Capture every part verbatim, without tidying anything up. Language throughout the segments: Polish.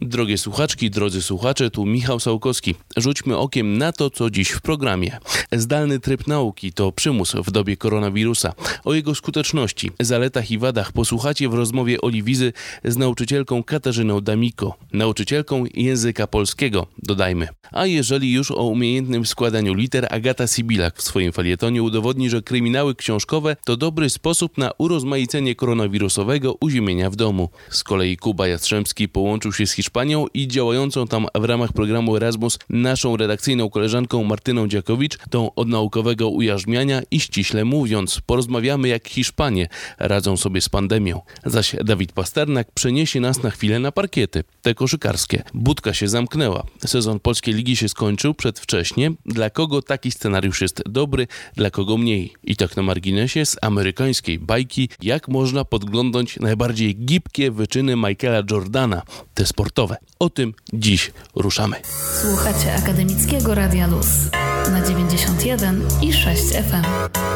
Drogie słuchaczki, drodzy słuchacze, tu Michał Sałkowski. Rzućmy okiem na to, co dziś w programie. Zdalny tryb nauki to przymus w dobie koronawirusa. O jego skuteczności, zaletach i wadach posłuchacie w rozmowie Oli Wizy z nauczycielką Katarzyną D'Amico, nauczycielką języka polskiego, dodajmy. A jeżeli już o umiejętnym składaniu liter, Agata Sibilak w swoim felietonie udowodni, że kryminały książkowe to dobry sposób na urozmaicenie koronawirusowego uziemienia w domu. Z kolei Kuba Jastrzębski połączył się z Hiszpanią i działającą tam w ramach programu Erasmus naszą redakcyjną koleżanką Martyną Dziakowicz, tą od naukowego ujarzmiania i ściśle mówiąc, porozmawiamy jak Hiszpanie radzą sobie z pandemią. Zaś Dawid Pasternak przeniesie nas na chwilę na parkiety, te koszykarskie. Budka się zamknęła. Sezon polskiej ligi się skończył przedwcześnie. Dla kogo taki scenariusz jest dobry, dla kogo mniej. I tak na marginesie z amerykańskiej bajki, jak można podglądnąć najbardziej gibkie wyczyny Michaela Jordana, te sportowe. O tym dziś ruszamy. Słuchacie Akademickiego Radia Luz na dziewięćdziesiąt jeden i sześć F M.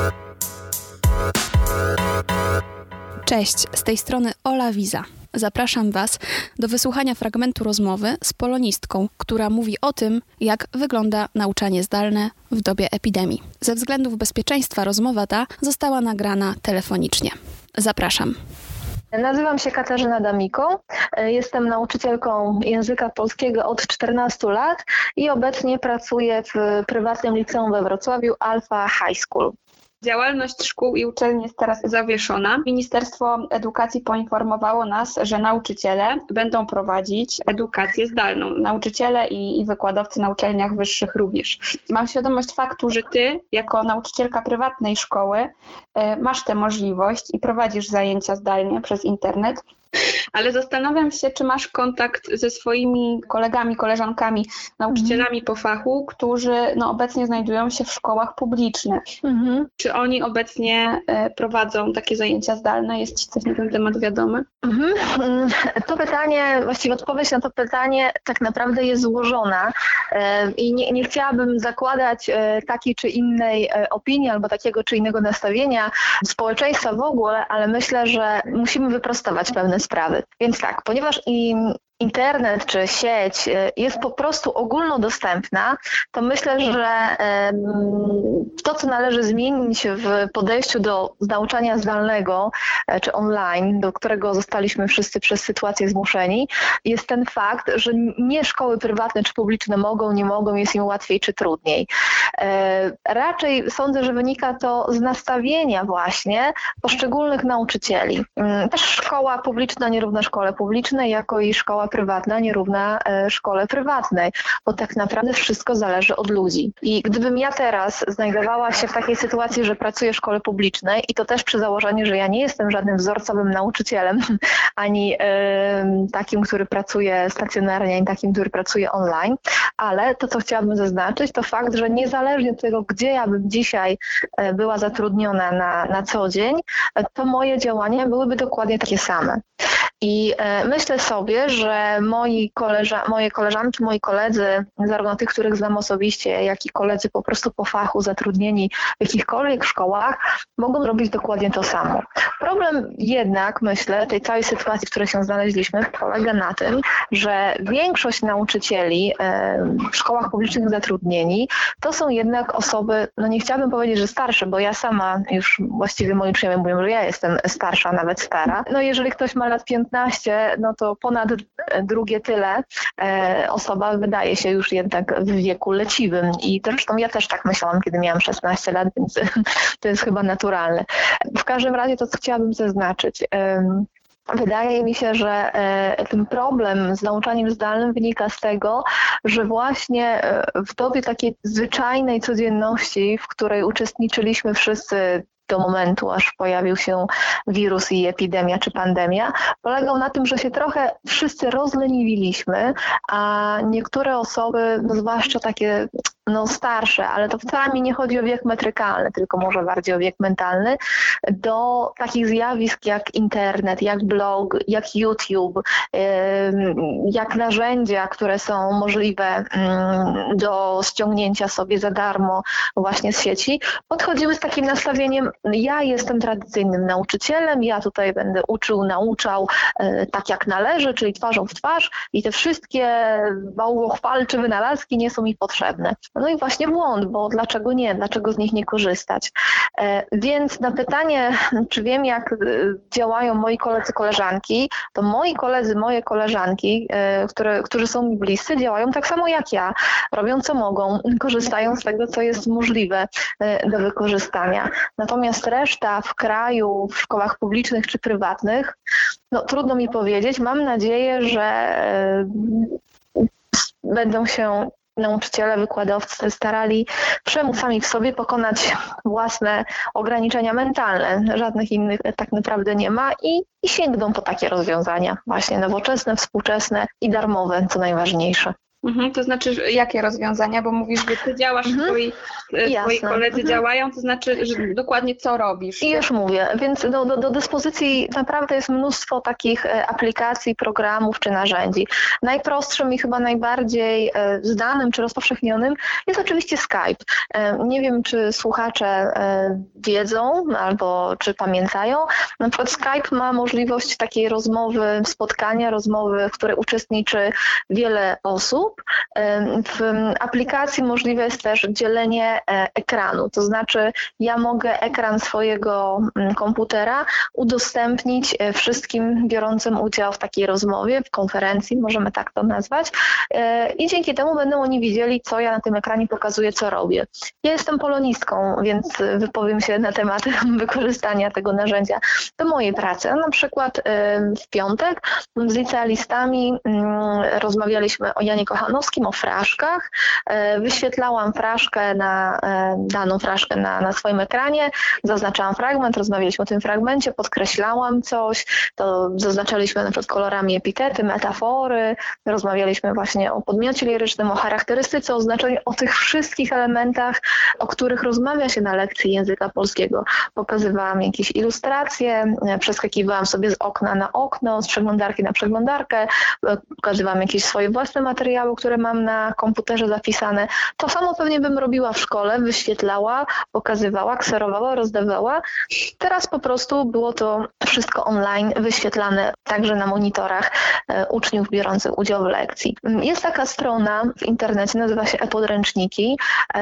Cześć, z tej strony Ola Wiza. Zapraszam Was do wysłuchania fragmentu rozmowy z polonistką, która mówi o tym, jak wygląda nauczanie zdalne w dobie epidemii. Ze względów bezpieczeństwa rozmowa ta została nagrana telefonicznie. Zapraszam. Nazywam się Katarzyna D'Amico, jestem nauczycielką języka polskiego od czternastu lat i obecnie pracuję w prywatnym liceum we Wrocławiu Alpha High School. Działalność szkół i uczelni jest teraz zawieszona. Ministerstwo Edukacji poinformowało nas, że nauczyciele będą prowadzić edukację zdalną. Nauczyciele i, i wykładowcy na uczelniach wyższych również. Mam świadomość faktu, że ty, jako nauczycielka prywatnej szkoły, y, masz tę możliwość i prowadzisz zajęcia zdalnie przez internet. Ale zastanawiam się, czy masz kontakt ze swoimi kolegami, koleżankami, nauczycielami po fachu, którzy no, obecnie znajdują się w szkołach publicznych. Mhm. Czy oni obecnie e, prowadzą takie zajęcia zdalne? Jest ci coś na ten temat wiadome? Mhm. To pytanie, właściwie odpowiedź na to pytanie tak naprawdę jest złożona e, i nie, nie chciałabym zakładać e, takiej czy innej e, opinii albo takiego czy innego nastawienia społeczeństwa w ogóle, ale myślę, że musimy wyprostować pewne sprawy. Więc tak, ponieważ im internet czy sieć jest po prostu ogólnodostępna, to myślę, że to, co należy zmienić w podejściu do nauczania zdalnego czy online, do którego zostaliśmy wszyscy przez sytuację zmuszeni, jest ten fakt, że nie szkoły prywatne czy publiczne mogą, nie mogą, jest im łatwiej czy trudniej. Raczej sądzę, że wynika to z nastawienia właśnie poszczególnych nauczycieli. Też szkoła publiczna nierówna szkole publicznej, jako i szkoła prywatna nierówna szkole prywatnej, bo tak naprawdę wszystko zależy od ludzi. I gdybym ja teraz znajdowała się w takiej sytuacji, że pracuję w szkole publicznej i to też przy założeniu, że ja nie jestem żadnym wzorcowym nauczycielem, ani y, takim, który pracuje stacjonarnie, ani takim, który pracuje online, ale to, co chciałabym zaznaczyć, to fakt, że niezależnie od tego, gdzie ja bym dzisiaj była zatrudniona na, na co dzień, to moje działania byłyby dokładnie takie same. I myślę sobie, że moi koleża- moje koleżanki, moi koledzy, zarówno tych, których znam osobiście, jak i koledzy po prostu po fachu zatrudnieni w jakichkolwiek szkołach, mogą robić dokładnie to samo. Problem jednak, myślę, tej całej sytuacji, w której się znaleźliśmy, polega na tym, że większość nauczycieli w szkołach publicznych zatrudnieni to są jednak osoby, no nie chciałabym powiedzieć, że starsze, bo ja sama już właściwie moi przyjaciele mówią, że ja jestem starsza, nawet stara. No jeżeli ktoś ma lat piętnaście, no to ponad drugie tyle e, osoba wydaje się już jednak w wieku leciwym i zresztą ja też tak myślałam, kiedy miałam szesnaście lat, więc to jest chyba naturalne. W każdym razie to, co chciałabym zaznaczyć. E, Wydaje mi się, że e, ten problem z nauczaniem zdalnym wynika z tego, że właśnie w dobie takiej zwyczajnej codzienności, w której uczestniczyliśmy wszyscy do momentu, aż pojawił się wirus i epidemia czy pandemia, polegał na tym, że się trochę wszyscy rozleniwiliśmy, a niektóre osoby, no zwłaszcza takie no starsze, ale to wcale mi nie chodzi o wiek metrykalny, tylko może bardziej o wiek mentalny, do takich zjawisk jak internet, jak blog, jak YouTube, jak narzędzia, które są możliwe do ściągnięcia sobie za darmo właśnie z sieci, podchodziły z takim nastawieniem: ja jestem tradycyjnym nauczycielem, ja tutaj będę uczył, nauczał tak jak należy, czyli twarzą w twarz i te wszystkie bałwochwalcze wynalazki nie są mi potrzebne. No i właśnie błąd, bo dlaczego nie? Dlaczego z nich nie korzystać? Więc na pytanie, czy wiem, jak działają moi koledzy, koleżanki, to moi koledzy, moje koleżanki, które, którzy są mi bliscy, działają tak samo jak ja. Robią co mogą, korzystają z tego, co jest możliwe do wykorzystania. Natomiast reszta w kraju, w szkołach publicznych czy prywatnych, no trudno mi powiedzieć. Mam nadzieję, że będą się nauczyciele, wykładowcy starali sami w sobie pokonać własne ograniczenia mentalne. Żadnych innych tak naprawdę nie ma i, i sięgną po takie rozwiązania właśnie nowoczesne, współczesne i darmowe, co najważniejsze. Mhm, to znaczy, jakie rozwiązania? Bo mówisz, że ty działasz, mhm. twoi, twoi koledzy mhm. działają, to znaczy, że dokładnie co robisz? I już mówię, więc do, do, do dyspozycji naprawdę jest mnóstwo takich aplikacji, programów czy narzędzi. Najprostszym i chyba najbardziej znanym czy rozpowszechnionym jest oczywiście Skype. Nie wiem, czy słuchacze wiedzą albo czy pamiętają. Na przykład Skype ma możliwość takiej rozmowy, spotkania, rozmowy, w której uczestniczy wiele osób. W aplikacji możliwe jest też dzielenie ekranu, to znaczy ja mogę ekran swojego komputera udostępnić wszystkim biorącym udział w takiej rozmowie, w konferencji, możemy tak to nazwać, i dzięki temu będą oni widzieli, co ja na tym ekranie pokazuję, co robię. Ja jestem polonistką, więc wypowiem się na temat wykorzystania tego narzędzia do mojej pracy. Na przykład w piątek z licealistami rozmawialiśmy o Janie Kochanowskim, o fraszkach. Wyświetlałam fraszkę na, daną fraszkę na, na swoim ekranie, zaznaczałam fragment, rozmawialiśmy o tym fragmencie, podkreślałam coś, to zaznaczaliśmy na przykład kolorami epitety, metafory, rozmawialiśmy właśnie o podmiocie lirycznym, o charakterystyce, o znaczeniu, o tych wszystkich elementach, o których rozmawia się na lekcji języka polskiego. Pokazywałam jakieś ilustracje, przeskakiwałam sobie z okna na okno, z przeglądarki na przeglądarkę, pokazywałam jakieś swoje własne materiały, które mam na komputerze zapisane. To samo pewnie bym robiła w szkole, wyświetlała, pokazywała, kserowała, rozdawała. Teraz po prostu było to wszystko online, wyświetlane także na monitorach uczniów biorących udział w lekcji. Jest taka strona w internecie, nazywa się e-podręczniki.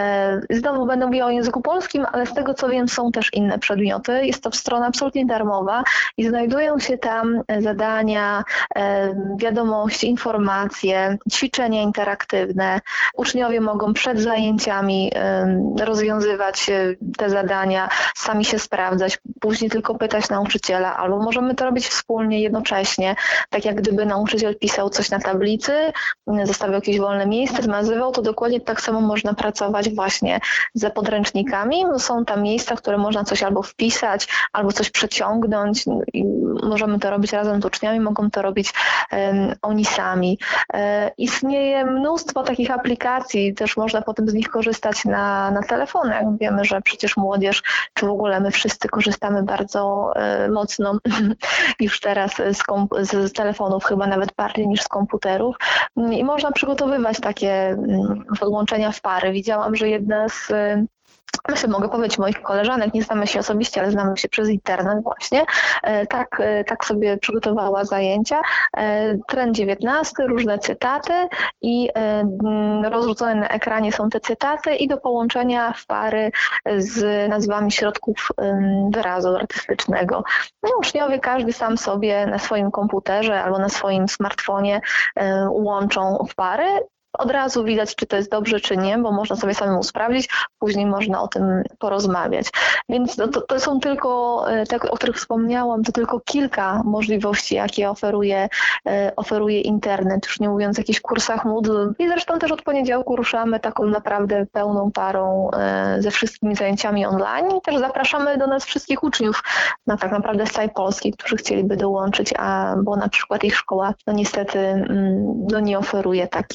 Znowu będę mówiła o języku polskim, ale z tego co wiem, są też inne przedmioty. Jest to strona absolutnie darmowa i znajdują się tam zadania, wiadomości, informacje, ćwiczenia interaktywne. Uczniowie mogą przed zajęciami rozwiązywać te zadania, sami się sprawdzać, później tylko pytać nauczyciela, albo możemy to robić wspólnie, jednocześnie, tak jak gdyby nauczyciel pisał coś na tablicy, zostawiał jakieś wolne miejsce, zmazywał, to dokładnie tak samo można pracować właśnie ze podręcznikami. Są tam miejsca, w które można coś albo wpisać, albo coś przeciągnąć i możemy to robić razem z uczniami, mogą to robić um, oni sami. E, istnieje mnóstwo takich aplikacji, też można potem z nich korzystać na, na telefonach. Wiemy, że przecież młodzież, czy w ogóle my wszyscy korzystamy bardzo e, mocno już teraz z, komp- z telefonów, chyba nawet bardziej niż z komputerów. I można przygotowywać takie podłączenia w pary. Widziałam, że jedna z Myślę, mogę powiedzieć moich koleżanek, nie znamy się osobiście, ale znamy się przez internet właśnie. Tak, tak sobie przygotowała zajęcia. Trend dziewiętnasty, różne cytaty i rozrzucone na ekranie są te cytaty i do połączenia w pary z nazwami środków wyrazu artystycznego. No i uczniowie, każdy sam sobie na swoim komputerze albo na swoim smartfonie łączą w pary. Od razu widać, czy to jest dobrze, czy nie, bo można sobie samemu sprawdzić, później można o tym porozmawiać. Więc to, to są tylko, te, o których wspomniałam, to tylko kilka możliwości, jakie oferuje, oferuje internet, już nie mówiąc o jakichś kursach Moodle. I zresztą też od poniedziałku ruszamy taką naprawdę pełną parą ze wszystkimi zajęciami online i też zapraszamy do nas wszystkich uczniów, no tak naprawdę z całej Polski, którzy chcieliby dołączyć, a bo na przykład ich szkoła no niestety no nie oferuje takich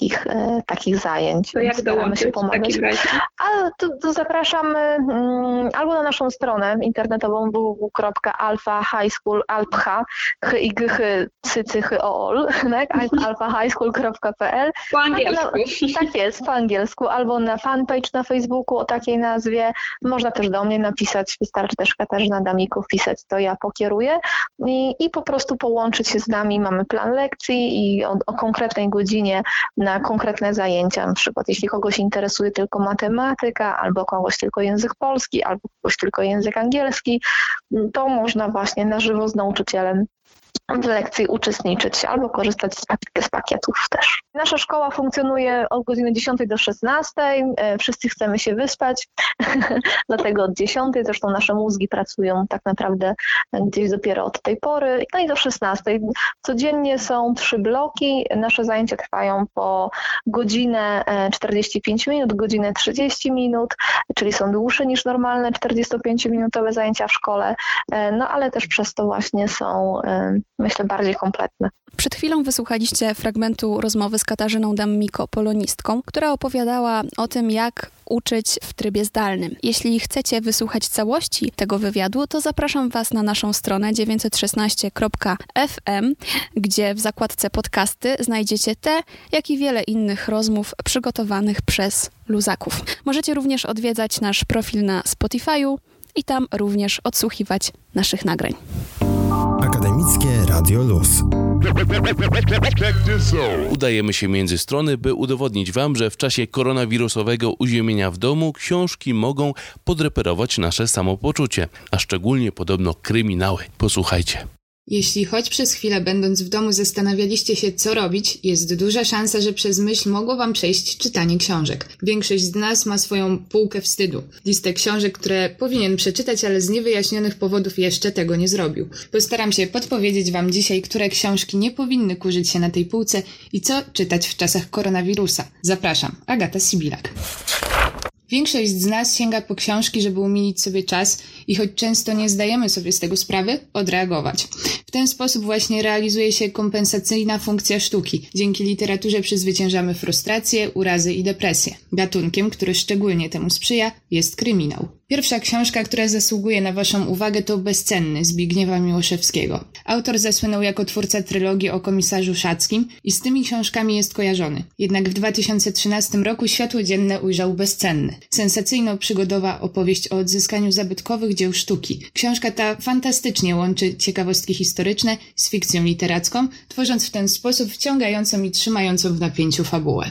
e, takich zajęć. To jak dołączyć w takim razie? A to, to zapraszam um, albo na naszą stronę internetową w w w kropka alpha high school alpha h i g h c c h o l tak? alpha high school kropka p l. Po angielsku. No, tak jest, po angielsku. Albo na fanpage na Facebooku o takiej nazwie. Można też do mnie napisać, wystarczy też Katarzyna Damiko wpisać, to ja pokieruję i, i po prostu połączyć się z nami. Mamy plan lekcji i o, o konkretnej godzinie na konkretne zajęcia. Na przykład jeśli kogoś interesuje tylko matematyka, albo kogoś tylko język polski, albo kogoś tylko język angielski, to można właśnie na żywo z nauczycielem w lekcji uczestniczyć albo korzystać z, pak- z pakietów też. Nasza szkoła funkcjonuje od godziny dziesiątej do szesnastej. Wszyscy chcemy się wyspać, dlatego od dziesiątej. Zresztą nasze mózgi pracują tak naprawdę gdzieś dopiero od tej pory. No i do szesnastej. Codziennie są trzy bloki. Nasze zajęcia trwają po godzinę czterdzieści pięć minut, godzinę trzydzieści minut, czyli są dłuższe niż normalne czterdziestopięciominutowe zajęcia w szkole, no ale też przez to właśnie są, myślę, bardziej kompletne. Przed chwilą wysłuchaliście fragmentu rozmowy z Katarzyną Damiko, polonistką, która opowiadała o tym, jak uczyć w trybie zdalnym. Jeśli chcecie wysłuchać całości tego wywiadu, to zapraszam Was na naszą stronę dziewięćset szesnaście kropka f m, gdzie w zakładce podcasty znajdziecie te, jak i wiele innych rozmów przygotowanych przez luzaków. Możecie również odwiedzać nasz profil na Spotify'u i tam również odsłuchiwać naszych nagrań. Akademickie Radio Luz. Udajemy się między strony, by udowodnić Wam, że w czasie koronawirusowego uziemienia w domu książki mogą podreperować nasze samopoczucie, a szczególnie podobno kryminały. Posłuchajcie. Jeśli choć przez chwilę będąc w domu zastanawialiście się, co robić, jest duża szansa, że przez myśl mogło wam przejść czytanie książek. Większość z nas ma swoją półkę wstydu. Listę książek, które powinien przeczytać, ale z niewyjaśnionych powodów jeszcze tego nie zrobił. Postaram się podpowiedzieć wam dzisiaj, które książki nie powinny kurzyć się na tej półce i co czytać w czasach koronawirusa. Zapraszam, Agata Sibilak. Większość z nas sięga po książki, żeby umilić sobie czas i choć często nie zdajemy sobie z tego sprawy, odreagować. W ten sposób właśnie realizuje się kompensacyjna funkcja sztuki. Dzięki literaturze przezwyciężamy frustrację, urazy i depresję. Gatunkiem, który szczególnie temu sprzyja, jest kryminał. Pierwsza książka, która zasługuje na waszą uwagę, to Bezcenny Zbigniewa Miłoszewskiego. Autor zasłynął jako twórca trylogii o komisarzu Szackim i z tymi książkami jest kojarzony. Jednak w dwa tysiące trzynastym roku światło dzienne ujrzał Bezcenny. Sensacyjno-przygodowa opowieść o odzyskaniu zabytkowych dzieł sztuki. Książka ta fantastycznie łączy ciekawostki historyczne z fikcją literacką, tworząc w ten sposób wciągającą i trzymającą w napięciu fabułę.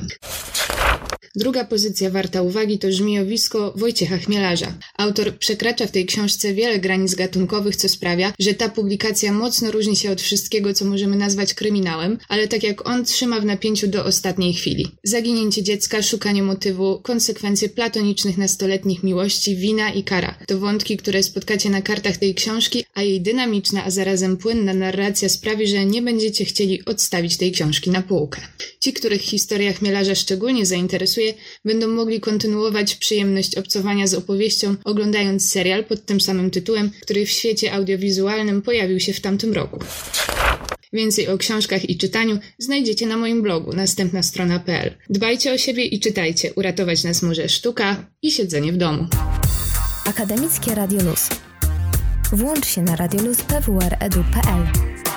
Druga pozycja warta uwagi to Żmijowisko Wojciecha Chmielarza. Autor przekracza w tej książce wiele granic gatunkowych, co sprawia, że ta publikacja mocno różni się od wszystkiego, co możemy nazwać kryminałem, ale tak jak on trzyma w napięciu do ostatniej chwili. Zaginięcie dziecka, szukanie motywu, konsekwencje platonicznych nastoletnich miłości, wina i kara. To wątki, które spotkacie na kartach tej książki, a jej dynamiczna, a zarazem płynna narracja sprawi, że nie będziecie chcieli odstawić tej książki na półkę. Ci, których historia Chmielarza szczególnie zainteresuje, będą mogli kontynuować przyjemność obcowania z opowieścią, oglądając serial pod tym samym tytułem, który w świecie audiowizualnym pojawił się w tamtym roku. Więcej o książkach i czytaniu znajdziecie na moim blogu następna strona kropka p l. Dbajcie o siebie i czytajcie. Uratować nas może sztuka i siedzenie w domu. Akademickie Radio Luz. Włącz się na radioluz kropka p w r kropka e d u kropka p l.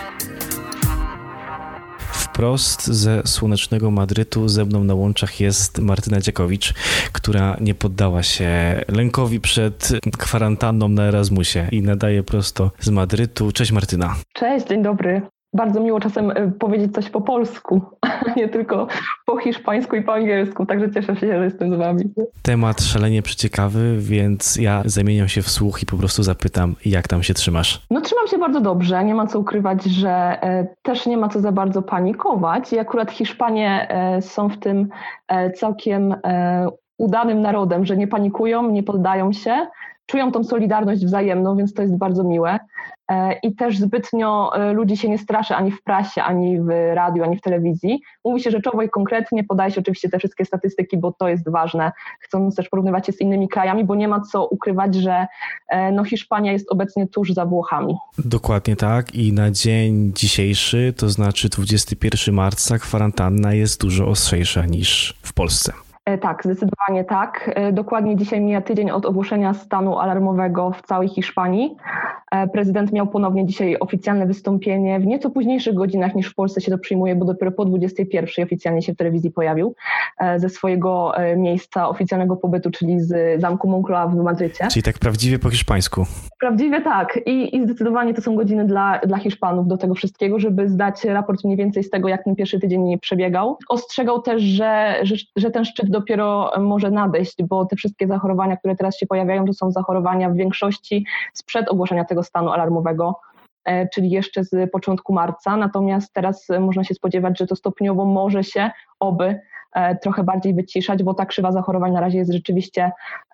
Wprost ze słonecznego Madrytu ze mną na łączach jest Martyna Dziakowicz, która nie poddała się lękowi przed kwarantanną na Erasmusie i nadaje prosto z Madrytu. Cześć Martyna. Cześć, dzień dobry. Bardzo miło czasem powiedzieć coś po polsku, a nie tylko po hiszpańsku i po angielsku, także cieszę się, że jestem z wami. Temat szalenie przeciekawy, więc ja zamieniam się w słuch i po prostu zapytam, jak tam się trzymasz? No trzymam się bardzo dobrze, nie ma co ukrywać, że e, też nie ma co za bardzo panikować i akurat Hiszpanie e, są w tym e, całkiem e, udanym narodem, że nie panikują, nie poddają się, czują tą solidarność wzajemną, więc to jest bardzo miłe. i też zbytnio ludzi się nie straszy ani w prasie, ani w radiu, ani w telewizji. Mówi się rzeczowo i konkretnie, podaje się oczywiście te wszystkie statystyki, bo to jest ważne, chcąc też porównywać się z innymi krajami, bo nie ma co ukrywać, że no, Hiszpania jest obecnie tuż za Włochami. Dokładnie tak i na dzień dzisiejszy, to znaczy dwudziestego pierwszego marca, kwarantanna jest dużo ostrzejsza niż w Polsce. Tak, zdecydowanie tak. Dokładnie dzisiaj mija tydzień od ogłoszenia stanu alarmowego w całej Hiszpanii. Prezydent miał ponownie dzisiaj oficjalne wystąpienie w nieco późniejszych godzinach niż w Polsce się to przyjmuje, bo dopiero po dwudziestej pierwszej oficjalnie się w telewizji pojawił ze swojego miejsca oficjalnego pobytu, czyli z zamku Moncloa w Madrycie. Czyli tak prawdziwie po hiszpańsku. Prawdziwie tak I, i zdecydowanie to są godziny dla, dla Hiszpanów do tego wszystkiego, żeby zdać raport mniej więcej z tego, jak ten pierwszy tydzień nie przebiegał. Ostrzegał też, że, że, że ten szczyt dopiero może nadejść, bo te wszystkie zachorowania, które teraz się pojawiają, to są zachorowania w większości sprzed ogłoszenia tego stanu alarmowego, czyli jeszcze z początku marca. Natomiast teraz można się spodziewać, że to stopniowo może się, oby, trochę bardziej wyciszać, bo ta krzywa zachorowań na razie jest rzeczywiście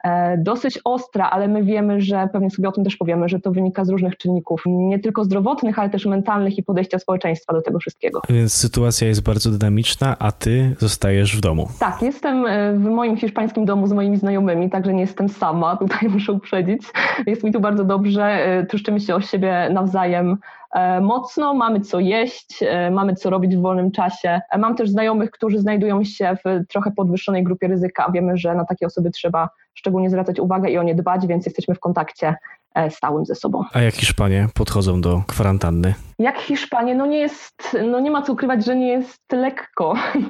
dosyć ostra, ale my wiemy, że pewnie sobie o tym też powiemy, że to wynika z różnych czynników, nie tylko zdrowotnych, ale też mentalnych i podejścia społeczeństwa do tego wszystkiego. Więc sytuacja jest bardzo dynamiczna, a ty zostajesz w domu. Tak, jestem w moim hiszpańskim domu z moimi znajomymi, także nie jestem sama, tutaj muszę uprzedzić. Jest mi tu bardzo dobrze, troszczymy się o siebie nawzajem mocno, mamy co jeść, mamy co robić w wolnym czasie. Mam też znajomych, którzy znajdują się w trochę podwyższonej grupie ryzyka. Wiemy, że na takie osoby trzeba szczególnie zwracać uwagę i o nie dbać, więc jesteśmy w kontakcie stałym ze sobą. A jak Hiszpanie podchodzą do kwarantanny? Jak Hiszpanie? No nie jest, no nie ma co ukrywać, że nie jest lekko.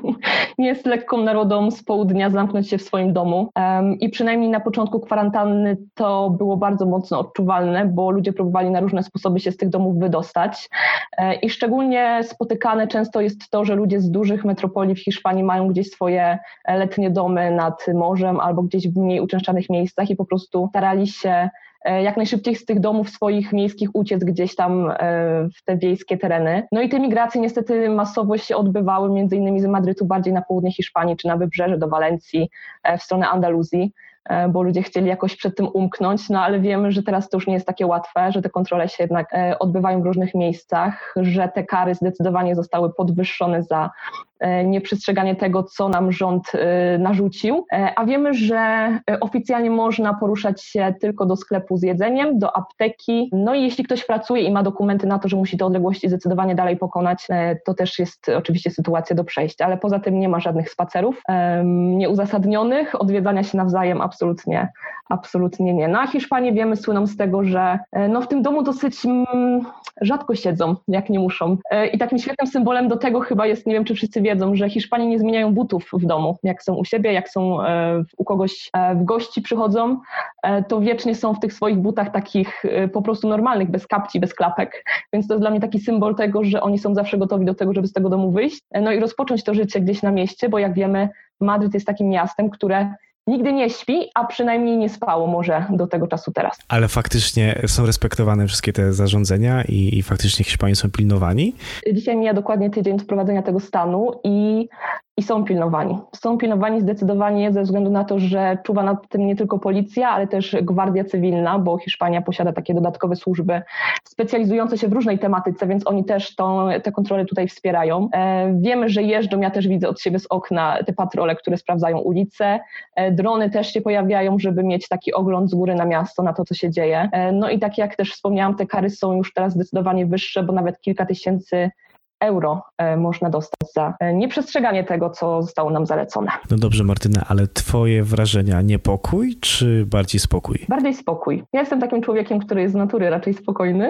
Nie jest lekką narodom z południa zamknąć się w swoim domu. Um, I przynajmniej na początku kwarantanny to było bardzo mocno odczuwalne, bo ludzie próbowali na różne sposoby się z tych domów wydostać. E, I szczególnie spotykane często jest to, że ludzie z dużych metropolii w Hiszpanii mają gdzieś swoje letnie domy nad morzem albo gdzieś w mniej uczęszczanych miejscach i po prostu starali się jak najszybciej z tych domów swoich miejskich uciec gdzieś tam w te wiejskie tereny. No i te migracje niestety masowo się odbywały między innymi z Madrytu bardziej na południe Hiszpanii, czy na wybrzeże do Walencji, w stronę Andaluzji, bo ludzie chcieli jakoś przed tym umknąć, no ale wiemy, że teraz to już nie jest takie łatwe, że te kontrole się jednak odbywają w różnych miejscach, że te kary zdecydowanie zostały podwyższone za nieprzestrzeganie tego, co nam rząd narzucił, a wiemy, że oficjalnie można poruszać się tylko do sklepu z jedzeniem, do apteki, no i jeśli ktoś pracuje i ma dokumenty na to, że musi te odległości zdecydowanie dalej pokonać, to też jest oczywiście sytuacja do przejścia, ale poza tym nie ma żadnych spacerów nieuzasadnionych, odwiedzania się nawzajem absolutnie, absolutnie nie. No a Hiszpanie, wiemy, słyną z tego, że no w tym domu dosyć mm, rzadko siedzą, jak nie muszą. I takim świetnym symbolem do tego chyba jest, nie wiem, czy wszyscy wiedzą, że Hiszpanie nie zmieniają butów w domu, jak są u siebie, jak są u kogoś w gości przychodzą, to wiecznie są w tych swoich butach takich po prostu normalnych, bez kapci, bez klapek, więc to jest dla mnie taki symbol tego, że oni są zawsze gotowi do tego, żeby z tego domu wyjść, no i rozpocząć to życie gdzieś na mieście, bo jak wiemy, Madryt jest takim miastem, które nigdy nie śpi, a przynajmniej nie spało może do tego czasu teraz. Ale faktycznie są respektowane wszystkie te zarządzenia i, i faktycznie Hiszpanie są pilnowani? Dzisiaj mija dokładnie tydzień od wprowadzenia tego stanu i I są pilnowani. Są pilnowani zdecydowanie ze względu na to, że czuwa nad tym nie tylko policja, ale też gwardia cywilna, bo Hiszpania posiada takie dodatkowe służby specjalizujące się w różnej tematyce, więc oni też tą, te kontrole tutaj wspierają. E, wiemy, że jeżdżą, ja też widzę od siebie z okna te patrole, które sprawdzają ulice. E, drony też się pojawiają, żeby mieć taki ogląd z góry na miasto, na to, co się dzieje. E, no i tak jak też wspomniałam, te kary są już teraz zdecydowanie wyższe, bo nawet kilka tysięcy euro można dostać za nieprzestrzeganie tego, co zostało nam zalecone. No dobrze, Martyna, ale twoje wrażenia niepokój, czy bardziej spokój? Bardziej spokój. Ja jestem takim człowiekiem, który jest z natury raczej spokojny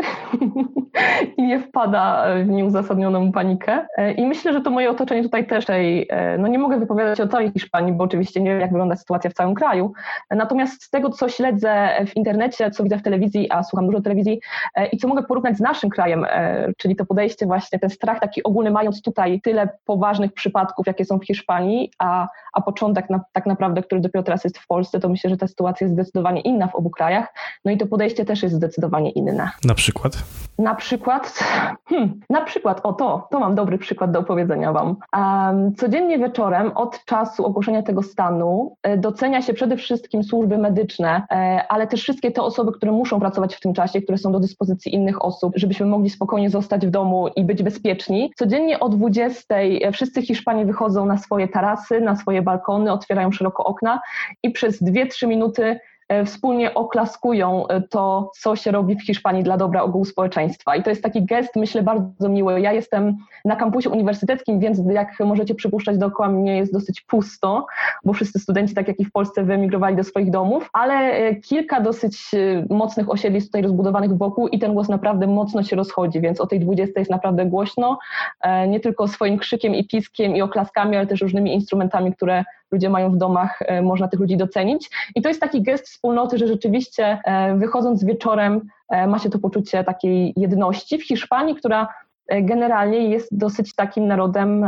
i nie wpada w nieuzasadnioną panikę. I myślę, że to moje otoczenie tutaj też, no nie mogę wypowiadać o całej Hiszpanii, bo oczywiście nie wiem, jak wygląda sytuacja w całym kraju. Natomiast z tego, co śledzę w internecie, co widzę w telewizji, a słucham dużo telewizji i co mogę porównać z naszym krajem, czyli to podejście właśnie, ten strach strach taki ogólny, mając tutaj tyle poważnych przypadków, jakie są w Hiszpanii, a, a początek na, tak naprawdę, który dopiero teraz jest w Polsce, to myślę, że ta sytuacja jest zdecydowanie inna w obu krajach. No i to podejście też jest zdecydowanie inne. Na przykład? Na przykład, hmm, na przykład, o to, to mam dobry przykład do opowiedzenia wam. Um, codziennie wieczorem od czasu ogłoszenia tego stanu e, docenia się przede wszystkim służby medyczne, e, ale też wszystkie te osoby, które muszą pracować w tym czasie, które są do dyspozycji innych osób, żebyśmy mogli spokojnie zostać w domu i być bezpieczni. Codziennie o dwudziestej e, wszyscy Hiszpanie wychodzą na swoje tarasy, na swoje balkony, otwierają szeroko okna i przez dwie trzy minuty wspólnie oklaskują to, co się robi w Hiszpanii dla dobra ogółu społeczeństwa. I to jest taki gest, myślę, bardzo miły. Ja jestem na kampusie uniwersyteckim, więc jak możecie przypuszczać, dookoła mnie jest dosyć pusto, bo wszyscy studenci, tak jak i w Polsce, wyemigrowali do swoich domów, ale kilka dosyć mocnych osiedli jest tutaj rozbudowanych wokół i ten głos naprawdę mocno się rozchodzi, więc o tej dwudziestej jest naprawdę głośno, nie tylko swoim krzykiem i piskiem i oklaskami, ale też różnymi instrumentami, które ludzie mają w domach, można tych ludzi docenić. I to jest taki gest wspólnoty, że rzeczywiście wychodząc wieczorem ma się to poczucie takiej jedności. W Hiszpanii, która generalnie jest dosyć takim narodem,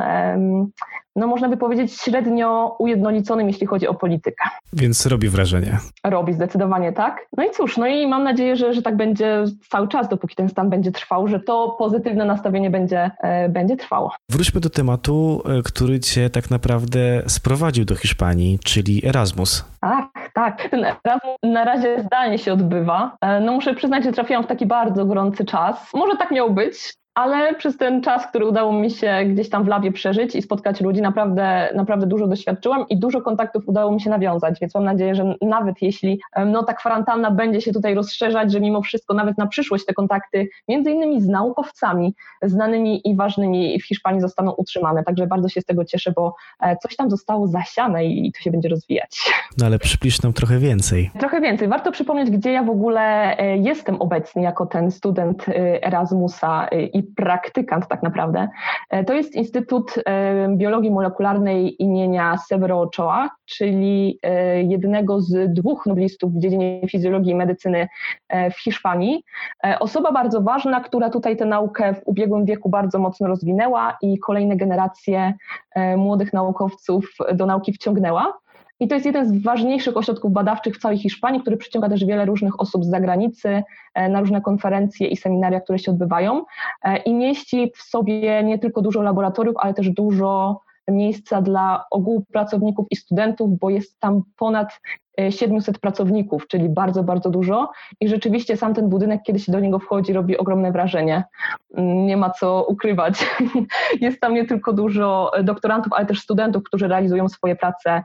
no można by powiedzieć, średnio ujednoliconym, jeśli chodzi o politykę. Więc robi wrażenie. Robi, zdecydowanie tak. No i cóż, no i mam nadzieję, że, że tak będzie cały czas, dopóki ten stan będzie trwał, że to pozytywne nastawienie będzie, e, będzie trwało. Wróćmy do tematu, który cię tak naprawdę sprowadził do Hiszpanii, czyli Erasmus. Ach, tak. Ten Erasmus na razie zdalnie się odbywa. No muszę przyznać, że trafiłam w taki bardzo gorący czas. Może tak miało być, ale przez ten czas, który udało mi się gdzieś tam w labie przeżyć i spotkać ludzi, naprawdę, naprawdę dużo doświadczyłam i dużo kontaktów udało mi się nawiązać, więc mam nadzieję, że nawet jeśli no, ta kwarantanna będzie się tutaj rozszerzać, że mimo wszystko nawet na przyszłość te kontakty między innymi z naukowcami znanymi i ważnymi w Hiszpanii zostaną utrzymane. Także bardzo się z tego cieszę, bo coś tam zostało zasiane i to się będzie rozwijać. No ale przybliż nam trochę więcej. Trochę więcej. Warto przypomnieć, gdzie ja w ogóle jestem obecnie jako ten student Erasmusa i praktykant tak naprawdę. To jest Instytut Biologii Molekularnej imienia Severo Ochoa, czyli jednego z dwóch noblistów w dziedzinie fizjologii i medycyny w Hiszpanii. Osoba bardzo ważna, która tutaj tę naukę w ubiegłym wieku bardzo mocno rozwinęła i kolejne generacje młodych naukowców do nauki wciągnęła. I to jest jeden z ważniejszych ośrodków badawczych w całej Hiszpanii, który przyciąga też wiele różnych osób z zagranicy na różne konferencje i seminaria, które się odbywają i mieści w sobie nie tylko dużo laboratoriów, ale też dużo miejsca dla ogółu pracowników i studentów, bo jest tam ponad siedmiuset pracowników, czyli bardzo, bardzo dużo i rzeczywiście sam ten budynek, kiedy się do niego wchodzi, robi ogromne wrażenie. Nie ma co ukrywać. Jest tam nie tylko dużo doktorantów, ale też studentów, którzy realizują swoje prace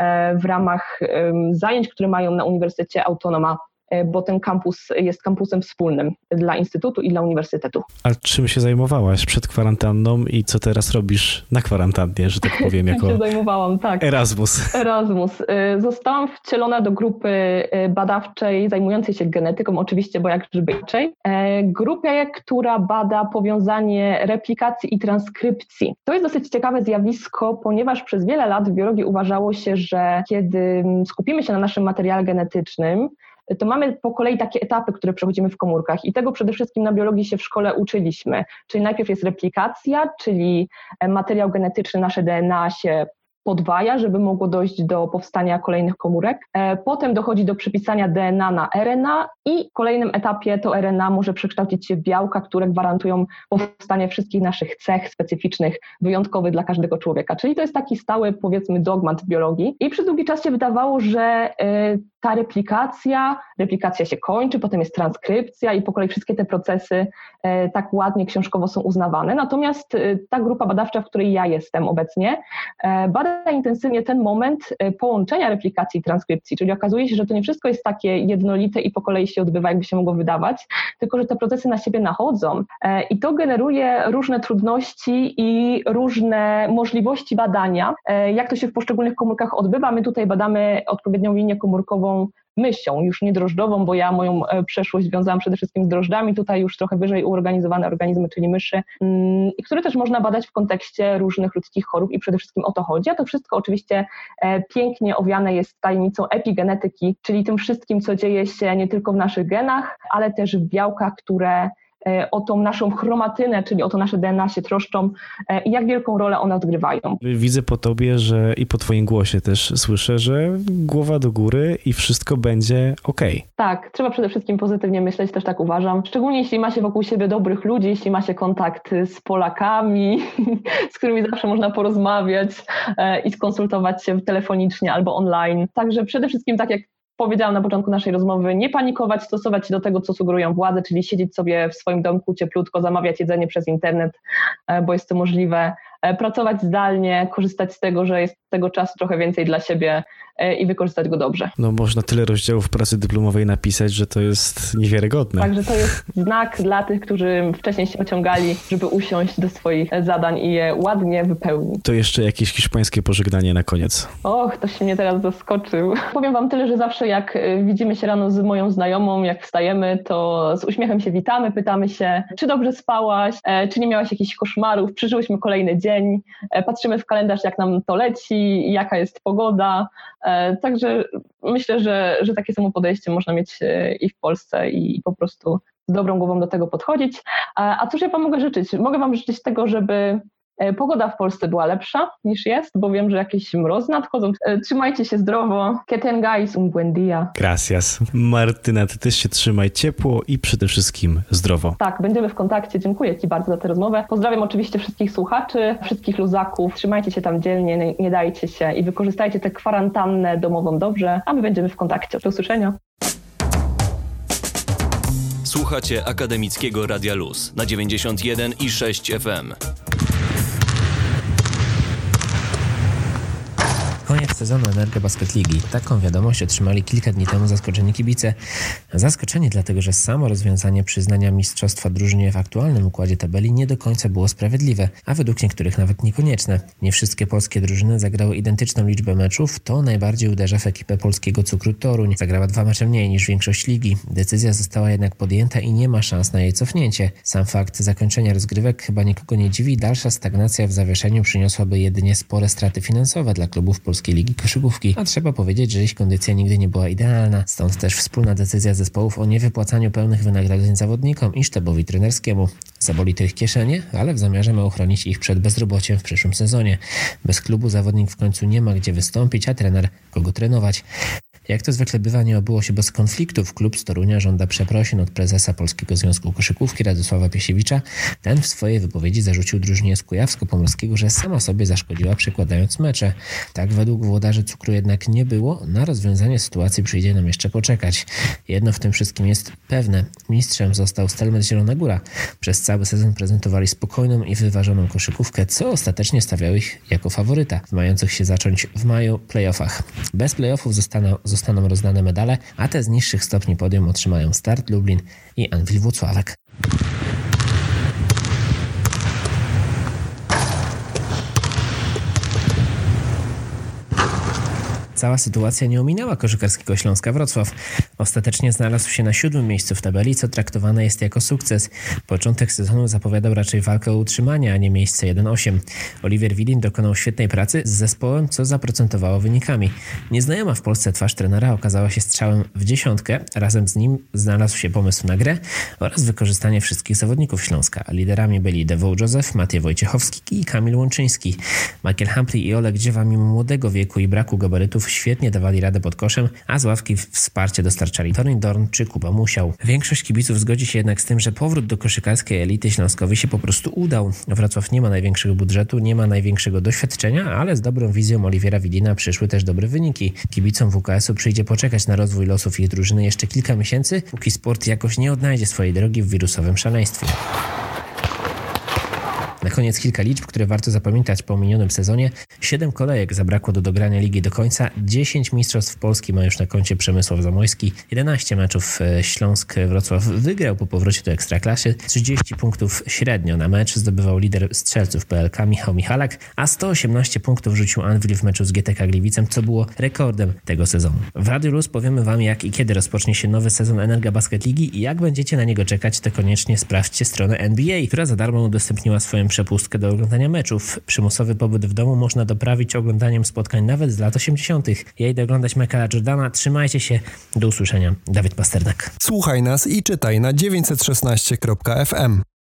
w ramach zajęć, które mają na Uniwersytecie Autonoma, bo ten kampus jest kampusem wspólnym dla Instytutu i dla Uniwersytetu. A czym się zajmowałaś przed kwarantanną i co teraz robisz na kwarantannie, że tak powiem, jako się zajmowałam, tak. Erasmus? Erasmus. Zostałam wcielona do grupy badawczej zajmującej się genetyką, oczywiście, bo jak żeby inaczej. Grupie, która bada powiązanie replikacji i transkrypcji. To jest dosyć ciekawe zjawisko, ponieważ przez wiele lat w biologii uważało się, że kiedy skupimy się na naszym materiale genetycznym, to mamy po kolei takie etapy, które przechodzimy w komórkach i tego przede wszystkim na biologii się w szkole uczyliśmy. Czyli najpierw jest replikacja, czyli materiał genetyczny, nasze D N A się podwaja, żeby mogło dojść do powstania kolejnych komórek. Potem dochodzi do przypisania D N A na R N A i w kolejnym etapie to R N A może przekształcić się w białka, które gwarantują powstanie wszystkich naszych cech specyficznych, wyjątkowych dla każdego człowieka. Czyli to jest taki stały, powiedzmy, dogmat w biologii. I przez długi czas się wydawało, że ta replikacja, replikacja się kończy, potem jest transkrypcja i po kolei wszystkie te procesy tak ładnie książkowo są uznawane. Natomiast ta grupa badawcza, w której ja jestem obecnie, bada intensywnie ten moment połączenia replikacji i transkrypcji, czyli okazuje się, że to nie wszystko jest takie jednolite i po kolei się odbywa, jakby się mogło wydawać, tylko że te procesy na siebie nachodzą i to generuje różne trudności i różne możliwości badania, jak to się w poszczególnych komórkach odbywa. My tutaj badamy odpowiednią linię komórkową mysią, już nie drożdżową, bo ja moją przeszłość związałam przede wszystkim z drożdżami, tutaj już trochę wyżej uorganizowane organizmy, czyli myszy, i które też można badać w kontekście różnych ludzkich chorób i przede wszystkim o to chodzi. A to wszystko oczywiście pięknie owiane jest tajemnicą epigenetyki, czyli tym wszystkim, co dzieje się nie tylko w naszych genach, ale też w białkach, które o tą naszą chromatynę, czyli o to nasze D N A się troszczą i jak wielką rolę one odgrywają. Widzę po tobie, że i po twoim głosie też słyszę, że głowa do góry i wszystko będzie okej. Okay. Tak, trzeba przede wszystkim pozytywnie myśleć, też tak uważam. Szczególnie jeśli ma się wokół siebie dobrych ludzi, jeśli ma się kontakt z Polakami, z którymi zawsze można porozmawiać i skonsultować się telefonicznie albo online. Także przede wszystkim, tak jak powiedziałam na początku naszej rozmowy, nie panikować, stosować się do tego, co sugerują władze, czyli siedzieć sobie w swoim domku cieplutko, zamawiać jedzenie przez internet, bo jest to możliwe, pracować zdalnie, korzystać z tego, że jest tego czasu trochę więcej dla siebie i wykorzystać go dobrze. No można tyle rozdziałów pracy dyplomowej napisać, że to jest niewiarygodne. Także to jest znak dla tych, którzy wcześniej się ociągali, żeby usiąść do swoich zadań i je ładnie wypełnić. To jeszcze jakieś hiszpańskie pożegnanie na koniec. Och, to się mnie teraz zaskoczył. Powiem wam tyle, że zawsze jak widzimy się rano z moją znajomą, jak wstajemy, to z uśmiechem się witamy, pytamy się, czy dobrze spałaś, czy nie miałaś jakichś koszmarów, przeżyłyśmy kolejny dzień, patrzymy w kalendarz, jak nam to leci, jaka jest pogoda. Także myślę, że, że takie samo podejście można mieć i w Polsce i po prostu z dobrą głową do tego podchodzić. A cóż ja wam mogę życzyć? Mogę wam życzyć tego, żeby pogoda w Polsce była lepsza niż jest, bo wiem, że jakieś mrozy nadchodzą. Trzymajcie się zdrowo. Que tengáis un buen día. Gracias. Martyna, ty też się trzymaj ciepło i przede wszystkim zdrowo. Tak, będziemy w kontakcie. Dziękuję ci bardzo za tę rozmowę. Pozdrawiam oczywiście wszystkich słuchaczy, wszystkich luzaków. Trzymajcie się tam dzielnie, nie, nie dajcie się i wykorzystajcie tę kwarantannę domową dobrze, a my będziemy w kontakcie. Do usłyszenia. Słuchacie Akademickiego Radia Luz na dziewięćdziesiąt jeden i sześć F M. Koniec sezonu Energa Basket Ligi. Taką wiadomość otrzymali kilka dni temu zaskoczeni kibice. Zaskoczeni dlatego, że samo rozwiązanie przyznania mistrzostwa drużynie w aktualnym układzie tabeli nie do końca było sprawiedliwe, a według niektórych nawet niekonieczne. Nie wszystkie polskie drużyny zagrały identyczną liczbę meczów, to najbardziej uderza w ekipę polskiego Cukru Toruń. Zagrała dwa mecze mniej niż większość ligi. Decyzja została jednak podjęta i nie ma szans na jej cofnięcie. Sam fakt zakończenia rozgrywek chyba nikogo nie dziwi. Dalsza stagnacja w zawieszeniu przyniosłaby jedynie spore straty finansowe dla klubów polskich Ligi Koszykówki, a trzeba powiedzieć, że ich kondycja nigdy nie była idealna. Stąd też wspólna decyzja zespołów o niewypłacaniu pełnych wynagrodzeń zawodnikom i sztabowi trenerskiemu. Zaboli to ich kieszenie, ale w zamiarze ma uchronić ich przed bezrobociem w przyszłym sezonie. Bez klubu zawodnik w końcu nie ma gdzie wystąpić, a trener kogo trenować. Jak to zwykle bywa, nie obyło się bez konfliktów. Klub z Torunia żąda przeprosin od prezesa Polskiego Związku Koszykówki Radosława Piesiewicza. Ten w swojej wypowiedzi zarzucił drużynie z Kujawsko-Pomorskiego, że sama sobie zaszkodziła, przekładając mecze. Tak według włodarzy Cukru jednak nie było. Na rozwiązanie sytuacji przyjdzie nam jeszcze poczekać. Jedno w tym wszystkim jest pewne. Mistrzem został Stelmet Zielona Góra. Przez cały sezon prezentowali spokojną i wyważoną koszykówkę, co ostatecznie stawiało ich jako faworyta w mających się zacząć w maju playoffach. Bez playoffów zostaną Zostaną rozdane medale, a te z niższych stopni podium otrzymają Start Lublin i Anwil Włocławek. Cała sytuacja nie ominęła koszykarskiego Śląska Wrocław. Ostatecznie znalazł się na siódmym miejscu w tabeli, co traktowane jest jako sukces. Początek sezonu zapowiadał raczej walkę o utrzymanie, a nie miejsce jeden osiem. Oliwier Widin dokonał świetnej pracy z zespołem, co zaprocentowało wynikami. Nieznajoma w Polsce twarz trenera okazała się strzałem w dziesiątkę. Razem z nim znalazł się pomysł na grę oraz wykorzystanie wszystkich zawodników Śląska. Liderami byli Dewo Józef, Maciej Wojciechowski i Kamil Łączyński. Michael Humphrey i Oleg Dziewa mimo młodego wieku i braku gabarytów świetnie dawali radę pod koszem, a z ławki wsparcie dostarczali Torin Dorn czy Kuba Musiał. Większość kibiców zgodzi się jednak z tym, że powrót do koszykarskiej elity Śląskowi się po prostu udał. Wrocław nie ma największego budżetu, nie ma największego doświadczenia, ale z dobrą wizją Oliwiera Widina przyszły też dobre wyniki. Kibicom W K S u przyjdzie poczekać na rozwój losów ich drużyny jeszcze kilka miesięcy, póki sport jakoś nie odnajdzie swojej drogi w wirusowym szaleństwie. Na koniec kilka liczb, które warto zapamiętać po minionym sezonie. Siedem kolejek zabrakło do dogrania ligi do końca. dziesięć mistrzostw Polski ma już na koncie Przemysław Zamojski. jedenaście meczów Śląsk Wrocław wygrał po powrocie do Ekstraklasy. trzydzieści punktów średnio na mecz zdobywał lider strzelców P L K Michał Michalak, a sto osiemnaście punktów rzucił Anwil w meczu z G T K Gliwicem, co było rekordem tego sezonu. W Radiu Luz powiemy wam, jak i kiedy rozpocznie się nowy sezon Energa Basket Ligi i jak będziecie na niego czekać, to koniecznie sprawdźcie stronę N B A, która za darmo udostępniła swoją przepustkę do oglądania meczów. Przymusowy pobyt w domu można doprawić oglądaniem spotkań nawet z lat osiemdziesiątych. Ja idę oglądać Michaela Jordana. Trzymajcie się. Do usłyszenia. Dawid Pasternak. Słuchaj nas i czytaj na dziewięćset szesnaście kropka ef em.